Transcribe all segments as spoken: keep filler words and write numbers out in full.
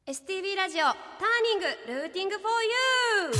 エスティービー ラジオターニングルーティング フォー ユー。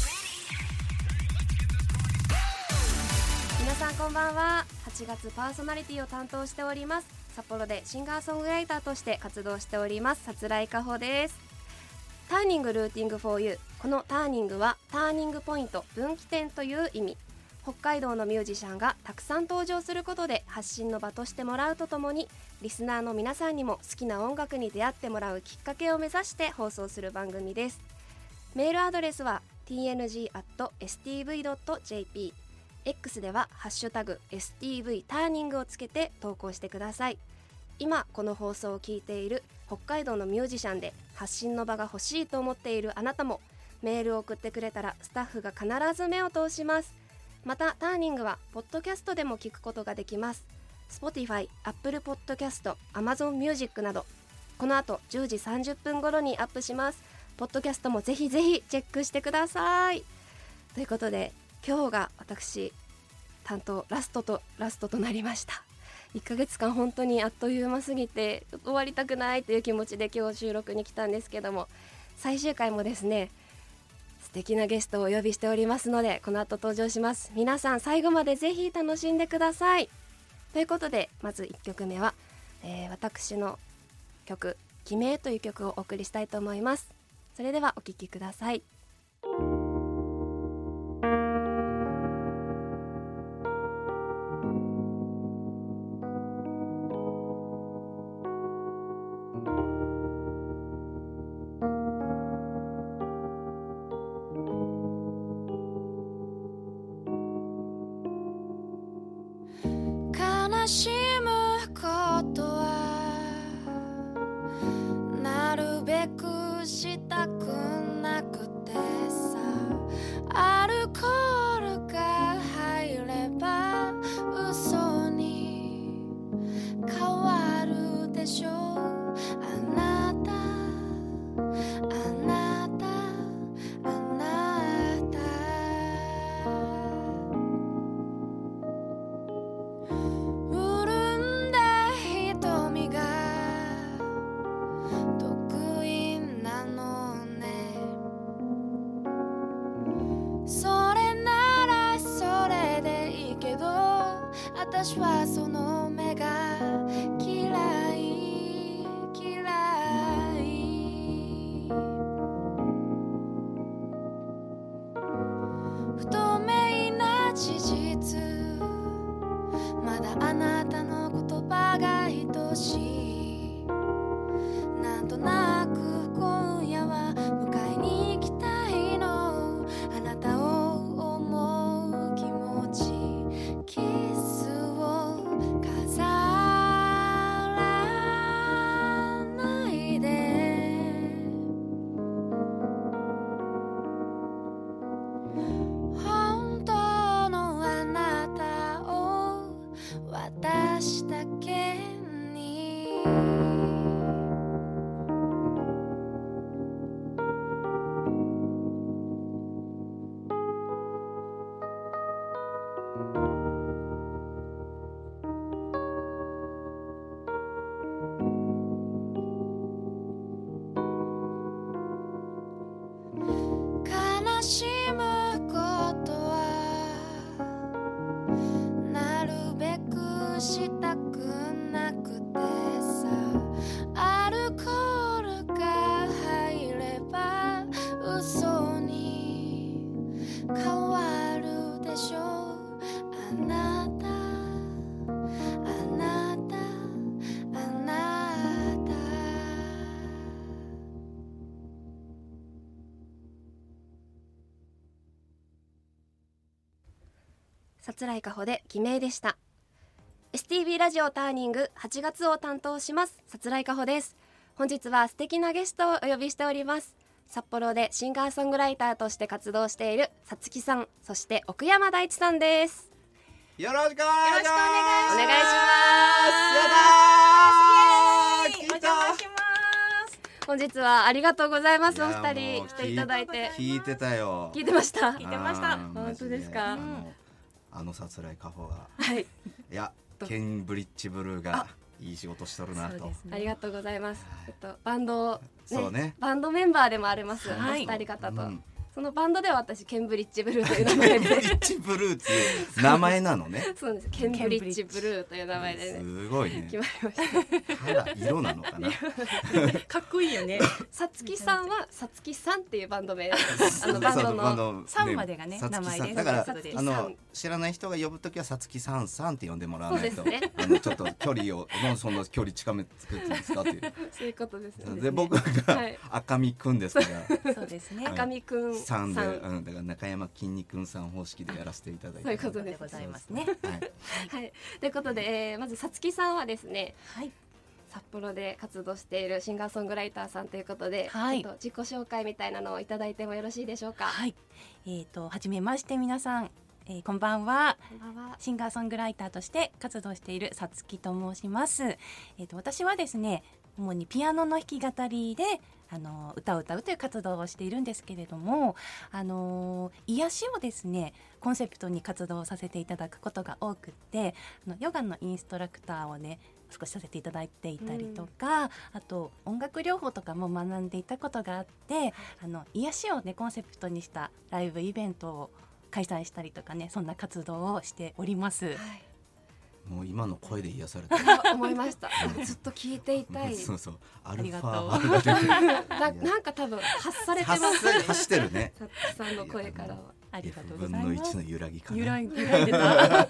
皆さんこんばんは。はちがつパーソナリティを担当しております札幌でシンガーソングライターとして活動しておりますさつらいかほです。ターニングルーティング フォー ユー。 このターニングはターニングポイント、分岐点という意味。北海道のミュージシャンがたくさん登場することで発信の場としてもらうとともに、リスナーの皆さんにも好きな音楽に出会ってもらうきっかけを目指して放送する番組です。メールアドレスは ティーエヌジー アット エスティーブイ ドット ジェーピー、 X ではハッシュタグ エスティーブイ ターニングをつけて投稿してください。今この放送を聞いている北海道のミュージシャンで発信の場が欲しいと思っているあなたもメールを送ってくれたらスタッフが必ず目を通します。またターニングはポッドキャストでも聞くことができます。 Spotify、Apple Podcast、Amazon Music など。この後じゅうじさんじゅっぷん頃にアップします。ポッドキャストもぜひぜひチェックしてください。ということで今日が私担当ラストとラストとなりました。いっかげつかん本当にあっという間すぎて終わりたくないという気持ちで今日収録に来たんですけども、最終回もですね素敵なゲストをお呼びしておりますのでこの後登場します。皆さん最後までぜひ楽しんでください。ということでまずいっきょくめは、えー、私の曲偽名という曲をお送りしたいと思います。それではお聴きください。 悲しむことはなるべくしたくなくてさ、アルコールが入れば嘘に変わるでしょう。あなたあなたあなた私はその目が嫌い嫌い。不透明な事実、まだあなたの言葉が愛しい。なんとなく今夜は迎えに行きたいの。あなたを思う気持ち、キス飾らないで。本当のあなたを私だけに。悲しむことはなるべくしたくなくてさ、アルコールが入れば嘘に変わるでしょう。あなたあなたあなた。 さつらいかほで偽名でした。 エスティービー ラジオターニングはちがつを担当しますさつらいかほです。本日は素敵なゲストをお呼びしております。札幌でシンガーソングライターとして活動しているさつきさん、そして奥山大地さんです。 よろしくお願いします。 お願いします。 やだー、聞いた。 本日はありがとうございます。おいや二人もう来ていただいて。 聞いてたよ。 聞いてました。 聞いてました。 あー本当ですか。 マジであのあのさつらいかほがはい。 いやケンブリッジブルーがいい仕事しとるなと。 そうですねありがとうございます。えっとバンド、ね、 そうねバンドメンバーでもありますおはい二人方と、 うんそのバンドでは私ケンブリッジブルーという名前ケンブリでッジブルーっていう名前なのね。 そうです、ケンブリッジブルーという名前でねすごいね決。まりましたただ色なのかな。 かっこいいよね。 さつきさんはさつきさんっていうバンド名あのバンドそうバンのドさんまでがねさつきさん名前ですだからそうですあの知らない人が呼ぶときはさつきさんさんって呼んでもらわないと、 そうですねあのちょっと距離をなんでそんな距離近め作ってんですかっていう。 そういうことですよね。 で僕がはい赤身くんですから。 そうですね。 赤身くんさんで、 さうんん、だから中山きんに君さん方式でやらせていただいて。 そういうことででございますね。 はい。 はい、ということで、えーまずさつきさんはですねはい。 札幌で活動しているシンガーソングライターさんということで、 はいちょっと自己紹介みたいなのをいただいてもよろしいでしょうか。 はい。えっとはじめまして皆さん、えーこんばんは。 こんばんは。 シンガーソングライターとして活動しているさつきと申します。えー、と私はですね主にピアノの弾き語りであの歌を歌うという活動をしているんですけれども、あの癒しをですねコンセプトに活動させていただくことが多くって、あのヨガのインストラクターをね少しさせていただいていたりとか、うん、あと音楽療法とかも学んでいたことがあって、あの癒しをねコンセプトにしたライブイベントを開催したりとかね、そんな活動をしております。 はい、 もう今の声で癒された。 思いました。ずっと聞いていたい。 そうそう。アルファな, なんか多分発されてますね。 発してるね。 さつきさんの声からは。 ありがとうございます。 分のいちの揺らぎかな。 揺らぎ揺らいでた。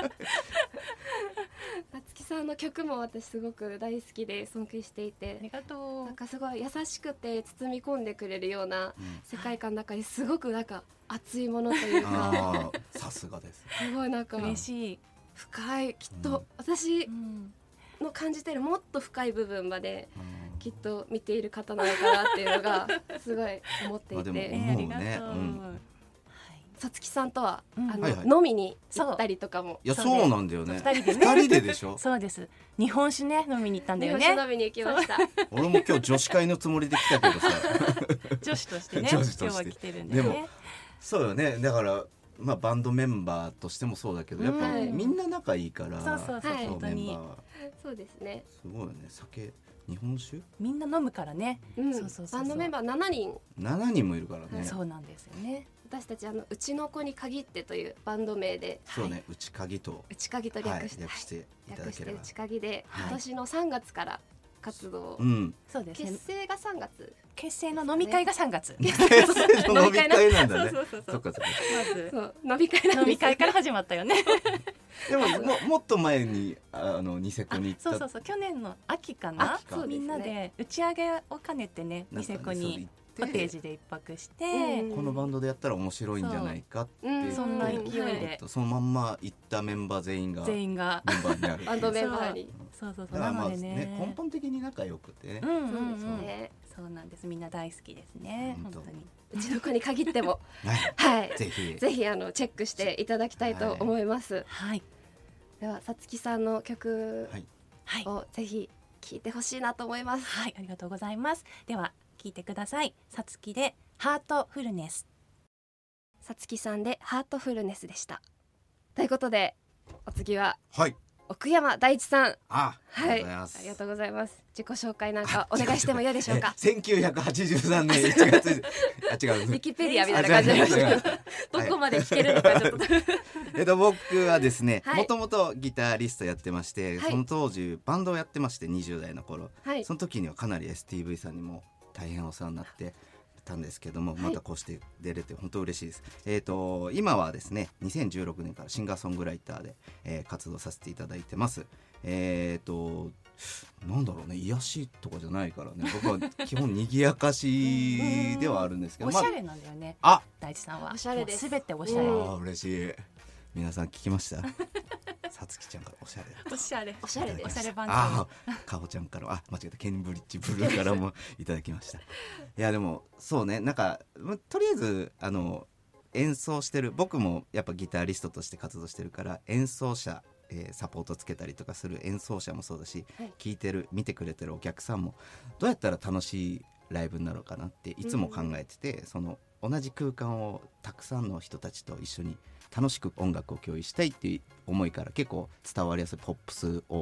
さつきさんの曲も私すごく大好きで尊敬していて、 ありがとう。 なんかすごい優しくて包み込んでくれるような世界観の中にすごくなんか熱いものというか、 さすがです。 すごいなんか嬉しい。 深い、きっと私の感じてるもっと深い部分まできっと見ている方なのかなっていうのがすごい思っていて、 えー、ありがとう。うんさつきさんとは、うん、あの、 はいはい、 飲みに行ったりとかも。 いやそうなんだよね。 二人でね。 二人ででしょ。 そうです。日本酒ね飲みに行ったんだよね。 日本酒飲みに行きました。 俺も今日女子会のつもりで来たけどさ。 女子としてね。 女子として今日は来てるんだよね。 でもそうよね。だからまあバンドメンバーとしてもそうだけど、やっぱみんな仲いいから。 そうそうそう本当に。 そうですね。 すごいね。酒。日本酒みんな飲むからね、 うん、そうそうそうそうバンドメンバーななにんななにんもいるからね、はい、 そうなんですよね。 私たちあのうちの子に限ってというバンド名で、 そうね、うちかぎとうちかぎと略して、 はい、略していただければ、 略してうちかぎで、はい、今年のさんがつから活動、 うん、 そうですね、 結成がさんがつ、 結成の飲み会がさんがつ、 結成の飲み会なんだね。 そうそうそうそう、 そっかそっか、 まずそう飲み会飲み会から始まったよね。 でも も, もっと前にあのニセコに行った。 そうそうそう、去年の秋かな、 秋かみんなで打ち上げを兼ねてね、ニセコにコテージで一泊して、 うん、このバンドでやったら面白いんじゃないかって、うん、 そんな勢いで、 そのまんま行ったメンバー全員が全員がメンバーになるバンドメンバーに、 そうそうそう、 だからまあなのでね、 根本的に仲良くてね、 うんうんうん、 そうですね、 そうなんです、みんな大好きですね、本当に。 うちの子に限ってもはい、 はい、 ぜひぜひあのチェックしていただきたいと思います。 はい、 ではさつきさんの曲をぜひ聴いてほしいなと思います。 はい、ありがとうございます。では聴いてください。さつきでハートフルネス。 さつきさんでハートフルネスでした。ということでお次は、 はい、 奥山大地さん。 あ、 はい、ありがとうございます。自己紹介なんかお願いしてもよいでしょうか。 せんきゅうひゃくはちじゅうさんねんいちがつ、あ、違う、 ウィキペディアみたいな感じでどこまで聞けるのかちょっとえっと僕はですね、もともとギタリストやってまして、はい、その当時バンドをやってまして、にじゅう代の頃、はい、その時にはかなり エスティーブイ さんにも大変お世話になってたんですけども、はい、またこうして出れて本当嬉しいです。えーと今はですねにせんじゅうろくねんからシンガーソングライターで、えー、活動させていただいてます。えーとなんだろうね、癒しとかじゃないからね、僕は基本賑やかしではあるんですけどおしゃれなんだよね、 まあ、 大地さんはおしゃれです。 すべておしゃれ。 あ、嬉しい。皆さん聞きましたさつきちゃんからおしゃれおしゃれおしゃれです。 おしゃれ番長。あ、かほちゃんから、あ、間違えた、ケンブリッジブルーからもいただきました。いやでもそうね、なんかとりあえずあの演奏してる、僕もやっぱギタリストとして活動してるから、演奏者、えー、サポートつけたりとかする演奏者もそうだし、はい、聞いてる見てくれてるお客さんもどうやったら楽しいライブになるかなっていつも考えてて、うん、その同じ空間をたくさんの人たちと一緒に楽しく音楽を共有したいっていう思いから、結構伝わりやすいポップスを、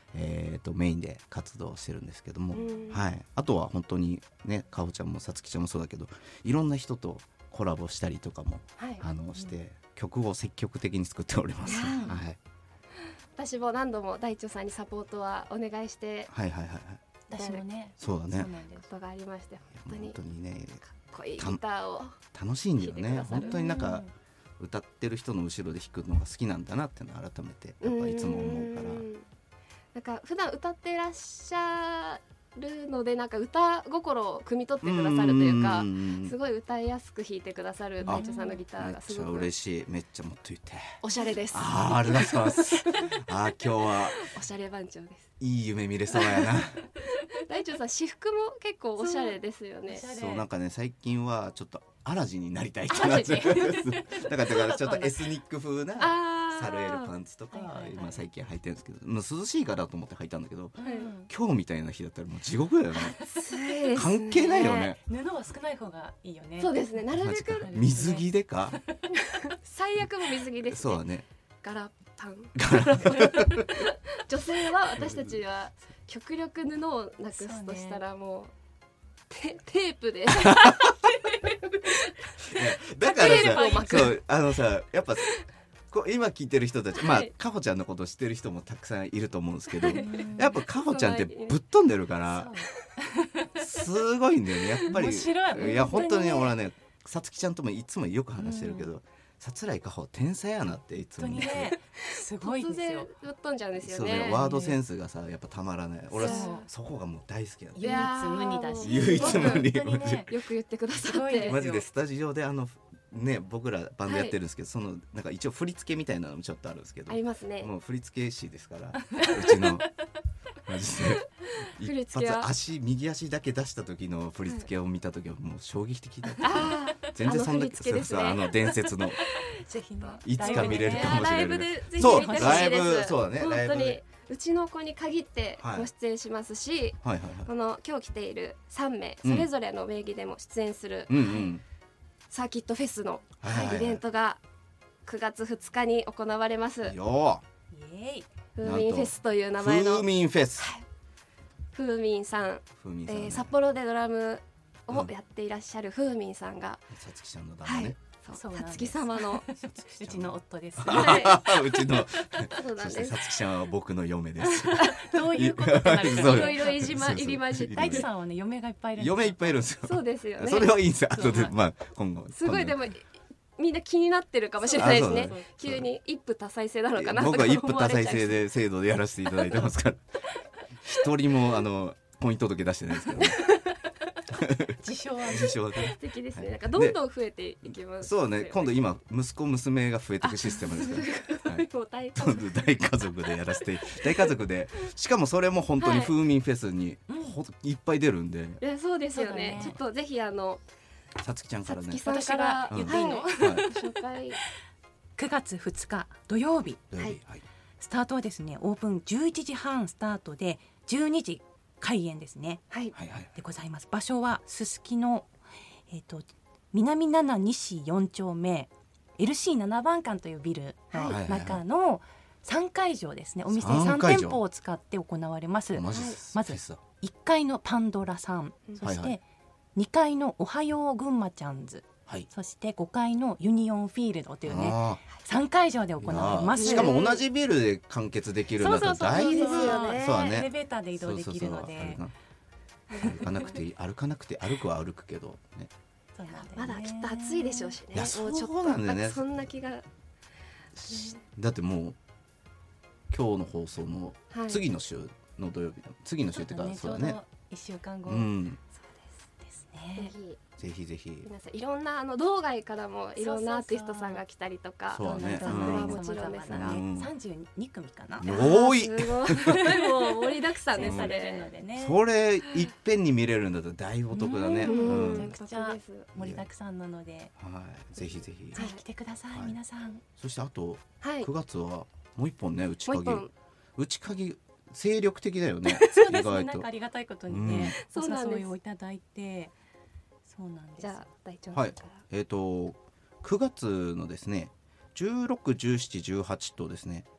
えー、とメインで活動してるんですけども、はい、あとは本当にねかほちゃんもさつきちゃんもそうだけどいろんな人とコラボしたりとかも、はい、あのして、うん、曲を積極的に作っております、はい、 私も何度も大腸さんにサポートはお願いして、 はいはいはいはい、 私もねそうだねことがありまして本当に本当にねかっこいいギターを楽しいんだよね本当になんか歌ってる人の後ろで弾くのが好きなんだなっていうのを改めてやっぱいつも思うからなんか普段歌ってらっしゃるのでなんか歌心を汲み取ってくださるというかすごい歌いやすく弾いてくださる大腸さんのギターがすごくめっちゃ嬉しいめっちゃ持っといておしゃれですあーありがとうございますあ今日はおしゃれ番長ですいい夢見れそうやな大腸さん私服も結構おしゃれですよねそうなんかね最近はちょっとアラジンになりたいってなってだからだからちょっとエスニック風なサルエルパンツとか今最近履いてるんですけど、まあ、涼しいからと思って履いたんだけど、うん、今日みたいな日だったらもう地獄だよねね関係ないよね布は少ない方がいいよねそうですねなるべく水着でか最悪も水着ですねそうだねガラパン女性は私たちは極力布をなくすとしたらもうテ, テープでだからさそうあのさやっぱこ今聞いてる人たち、はい、まあかほちゃんのこと知ってる人もたくさんいると思うんですけどやっぱかほちゃんってぶっ飛んでるからすごいんだよねやっぱり面白いいや本当に俺はねさつきちゃんともいつもよく話してるけど、うん桜井かほ天才やなっていつもねすごいですよ突然ぶっ飛んじゃうんですよそうねねワードセンスがさやっぱたまらない俺は そ, そこがもう大好きなんだ唯一無二だし唯一無二、 ね、よく言ってくださってマジでスタジオであのね僕らバンドやってるんですけど、はい、そのなんか一応振り付けみたいなのもちょっとあるんですけどありますねもう振り付け師ですからうちのマジで一発足右足だけ出した時の振り付けを見た時はもう衝撃的だった、 はい、 全然そんな、 ね、そうそうあの伝説のぜひ、ね、 いつか見れるかもしれないライブでぜひ見てそうほしいですライブそうだね本当にライブでうちの子に限ってご出演しますし、はいはいはいはい、この今日来ているさんめいそれぞれの名義でも出演する、うんうん、サーキットフェスのイベントがくがつふつかに行われます。 よイエイフーミンフェスという名前のフーミンフェス、 はい、フーミンさん、フーミンさんね、えー、札幌でドラムをやっていらっしゃるフーミンさんがさつきちゃんの旦那ね、 はい、さつき様のうちの夫です、 はい、うちのそうなんです。 さつきちゃんは僕の嫁ですどういうことってなるかいろいろいじま入り混じって大地さんはね嫁がいっぱいいるんです嫁いっぱいいるんですよそうですよねそれはいいんですよ後で、まあ、今後すごいでもみんな気になってるかもしれないですね急に一夫多妻制なのかなとか僕は一夫多妻制で制度でやらせていただいてますから一人もあの婚姻届出してないですけど、ね自称は自称は素敵ですね、はい、なんかどんどん増えていきます、 ね、そうね今度今息子娘が増えていくシステムですから、はい、 もう大家族大家族でやらせて大家族でしかもそれも本当に風民フェスに、はい、いっぱい出るんで、 いやそうですよね、ねちょっとぜひあのさつきちゃんからねさつきさんから言っていいの、はい、紹介くがつふつか土曜日、 はい、 スタートはですねオープンじゅういちじはんスタートでじゅうにじ開演ですね、 はい、 でございます。場所はすすきの、えー、と南七西よん丁目 エルシーなな 番館というビルの中のさんかいじょうですね、お店さんてんぽを使って行われます。まずいっかいのパンドラさん、うん、そしてにかいのおはようぐんまちゃんず、はい、そしてごかいのユニオンフィールドというねさんかいじょうで行われます。 しかも同じビルで完結できるんだったらだいぶそうだねエレベーターで移動できるので歩かなくて歩かなくて歩くは歩くけどねそうなんだよね、まだきっと暑いでしょうしね。 いやそうなんだよね。 そんな気が、ね、 だってもう今日の放送の次の週の土曜日、はい、次の週っていうか、ね、そうだねいっしゅうかんご、 うん、 そうですね。 ぜひぜひ皆さんいろんなあの道外からもいろんなアーティストさんが来たりとか、 そうね、 ザ・フはもちろんですが、うん、 さんじゅうにくみかな、 多いすごいもう盛りだくさんですされるのでね、 それいっぺんに見れるんだとだいぶお得だね、 うんうん、 めちゃくちゃ盛りだくさんなので、 はい、ぜひぜひぜひ来てください、はい、皆さん。 そしてあと、 はい、 くがつはもう一本ね内鍵内鍵精力的だよねそうですね、なんかありがたいことにね、うん、お誘いをいただいて、そうなんです。 じゃあ大長はい、えーとくがつのですねじゅうろく、じゅうしち、じゅうはちとですね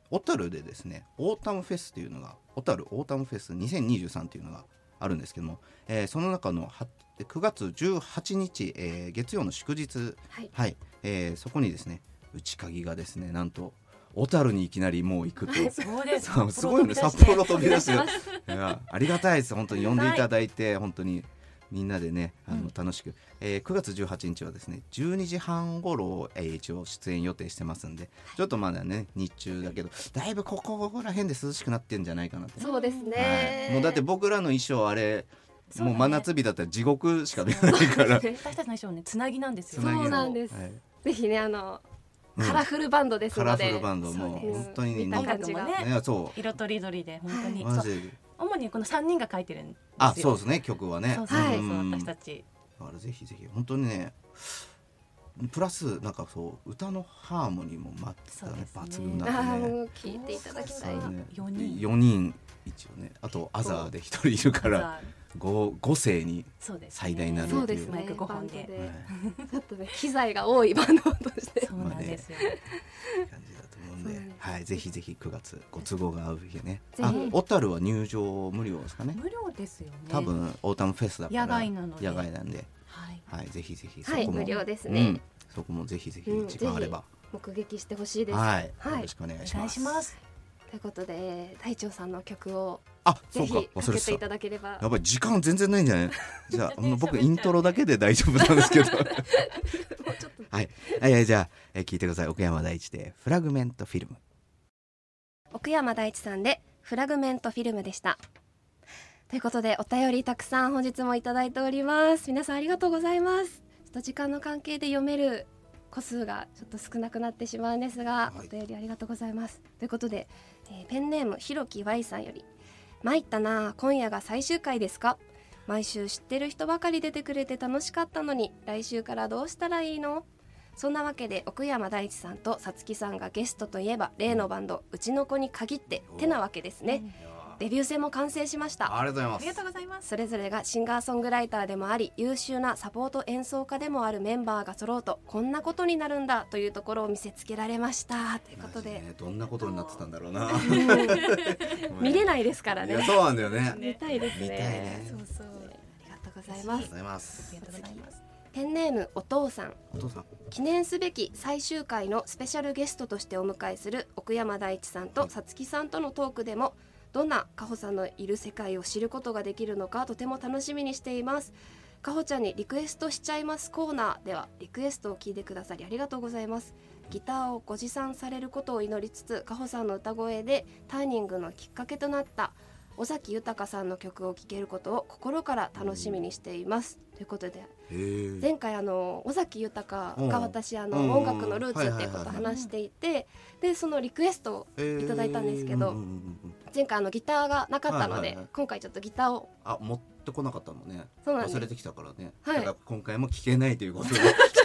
小樽でですねオータムフェスっていうのが小樽オータムフェスにせんにじゅうさんっていうのがあるんですけども、えー、その中のくがつじゅうはちにち、えー、月曜の祝日、はいはいえー、そこにですね内鍵がですねなんと小樽にいきなりもう行くとそうですすごいよね札幌飛び出すいやありがたいです本当に呼んでいただいて本当にみんなでねあの楽しく、うんえー、くがつじゅうはちにちはですねじゅうにじはん頃、えー、一応出演予定してますんでちょっとまだね日中だけどだいぶここら辺で涼しくなってんじゃないかなって。 そうですね、 はい、もうだって僕らの衣装あれもう真夏日だったら地獄しか見えないから、 ね、私たちの衣装ねつなぎなんですよ。 そうなんです、はい、ぜひねあのカラフルバンドですので、うん、 カラフルバンドも本当に音楽もね、 ねそう色とりどりで本当に、 はい、 主にこのさんにんが書いてるんですよ。 あそうですね曲はねそうそうそう、はい、私たちだからぜひぜひ本当にねプラスなんかそう歌のハーモニーもまたね抜群なんでね聞いていただきたい、 ね、よにんよにん一応ねあとアザーでひとりいるからご声に最大になるっていう、 そうですね、 マイクごほんで、はい、 ちょっとね機材が多いバンドとしてそうなんですよ、 まあね、感じだと思うんで、はい、ぜひぜひくがつご都合が合う日ね。あ、小樽は入場無料ですかね。 無料ですよね。 多分オータムフェスだから野外なので野外なんで、 はいはい、ぜひぜひそこも、はい、無料ですね、うん、 そこもぜひぜひ時間あれば、 うん、目撃してほしいです。 はい、はい、よろしくお願いします。 お願いします。 ということで隊長さんの曲をあぜひかけていただければ。 やっぱり時間全然ないんじゃないじゃあ僕イントロだけで大丈夫なんですけどはい、はい、じゃあ、えー、聞いてください。奥山大地でフラグメントフィルム。 奥山大地さんでフラグメントフィルムでした。ということでお便りたくさん本日もいただいております。皆さんありがとうございます。ちょっと時間の関係で読める個数がちょっと少なくなってしまうんですが、はい、お便りありがとうございます。ということで、えー、ペンネームひろき Y さんより、参ったな、今夜が最終回ですか。毎週知ってる人ばかり出てくれて楽しかったのに、来週からどうしたらいいの。そんなわけで奥山大地さんとさつきさんがゲストといえば例のバンドうちの子に限って手なわけですね。デビュー戦も完成しました。 ありがとうございます。 ありがとうございます。 それぞれがシンガーソングライターでもあり優秀なサポート演奏家でもあるメンバーが揃うとこんなことになるんだというところを見せつけられましたということで、 ね、どんなことになってたんだろうな見れないですからね。 いやそうなんだよね。 見たいですね。 見たいね。 そうそう、ありがとうございます。 ありがとうございます。 ありがとうございます。 ペンネームお父さん。 お父さん。 記念すべき最終回のスペシャルゲストとしてお迎えする奥山大地さんとさつきさんとのトークでもどんなかほさんのいる世界を知ることができるのかとても楽しみにしています。かほちゃんにリクエストしちゃいますコーナーではリクエストを聞いてくださりありがとうございます。ギターをご持参されることを祈りつつかほさんの歌声でターニングのきっかけとなった尾崎豊さんの曲を聴けることを心から楽しみにしていますということで、前回あの尾崎豊が私あの音楽のルーツっていうことを話していて、でそのリクエストをいただいたんですけど、前回あのギターがなかったので今回ちょっとギターをあ持ってこなかったのね。 そうなんです。 忘れてきたからね、はい、だから今回も聴けないということで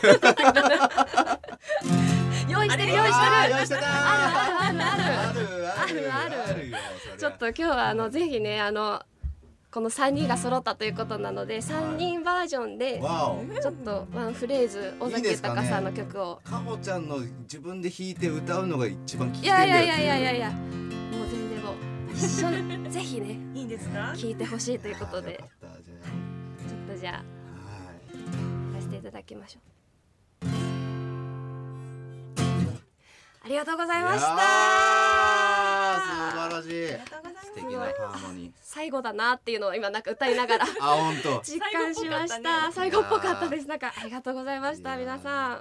用意してる用意してる用意してたあるあるあるあるあるあるちょっと今日はあのぜひねあのこのさんにんが揃ったということなのでさんにんバージョンでちょっとワンフレーズ尾崎豊さんの曲をかほちゃんの自分で弾いて歌うのが一番聴きたいんだよ。いやいやいやいやいやもう全然もう一緒にぜひねいいんですか聴いてほしいということでちょっとじゃあやらせていただきましょう。ありがとうございました。 素晴らしい。素敵なハーモニー。 最後だなっていうのを今なんか歌いながらあ本当実感しました。最後っぽかったです。なんかありがとうございました皆さん。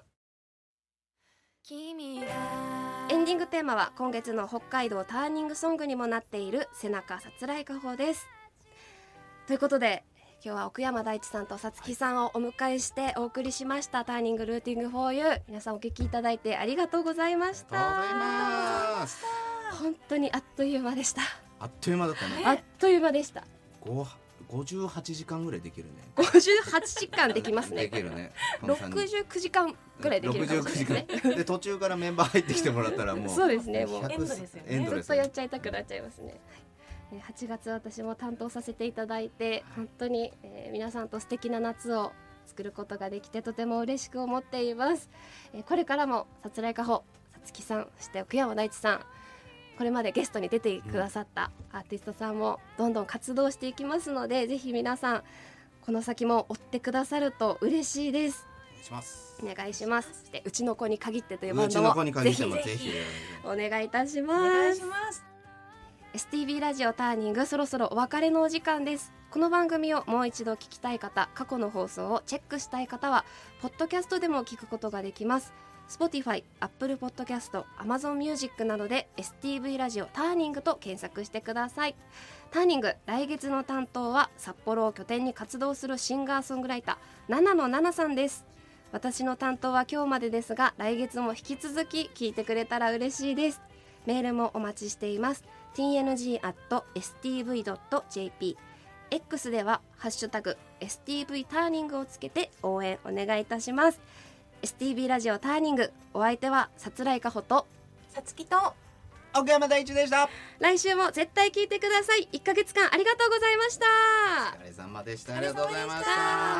エンディングテーマは今月の北海道ターニングソングにもなっている背中さつらい花穂です。ということで今日は奥山大地さんとさつきさんをお迎えしてお送りしましたターニングルーティングフォーユー。皆さんお聞きいただいてありがとうございました。 ありがとうございます。 本当にあっという間でした。 あっという間だったね。 あっという間でした。 ごじゅうはちじかんぐらいできるね。 ごじゅうはちじかんできますね。 できるね。 ろくじゅうくじかんぐらいできるかもしれないですね。 で途中からメンバー入ってきてもらったらもうそうですね。もうエンドレスよね。 ずっとやっちゃいたくなっちゃいますね。はちがつ私も担当させていただいて本当に、えー、皆さんと素敵な夏を作ることができてとても嬉しく思っています。えー、これからもさつらいかほさつきさんそして奥山大地さんこれまでゲストに出てくださったアーティストさんもどんどん活動していきますので、ぜひ皆さんこの先も追ってくださると嬉しいです。 しますお願いします。そしてうちの子に限ってというバンドもぜひぜひお願いいたします。お願いします。 エスティービー ラジオターニング、そろそろお別れのお時間です。この番組をもう一度聞きたい方、過去の放送をチェックしたい方はポッドキャストでも聞くことができます。 Spotify、Apple Podcast、Amazon Music などで エスティーブイ ラジオターニングと検索してください。ターニング、来月の担当は札幌を拠点に活動するシンガーソングライターナナのナナさんです。私の担当は今日までですが、来月も引き続き聞いてくれたら嬉しいです。メールもお待ちしています。 ティーエヌジー アット エスティーブイ ドット ジェーピー、 X ではハッシュタグ エスティーブイ ターニングをつけて応援お願いいたします。 エスティービー ラジオターニング、お相手はさつらいかほとさつきと奥山大地でした。 来週も絶対聞いてください。いっかげつかんありがとうございました。 お疲れ様でした。ありがとうございました。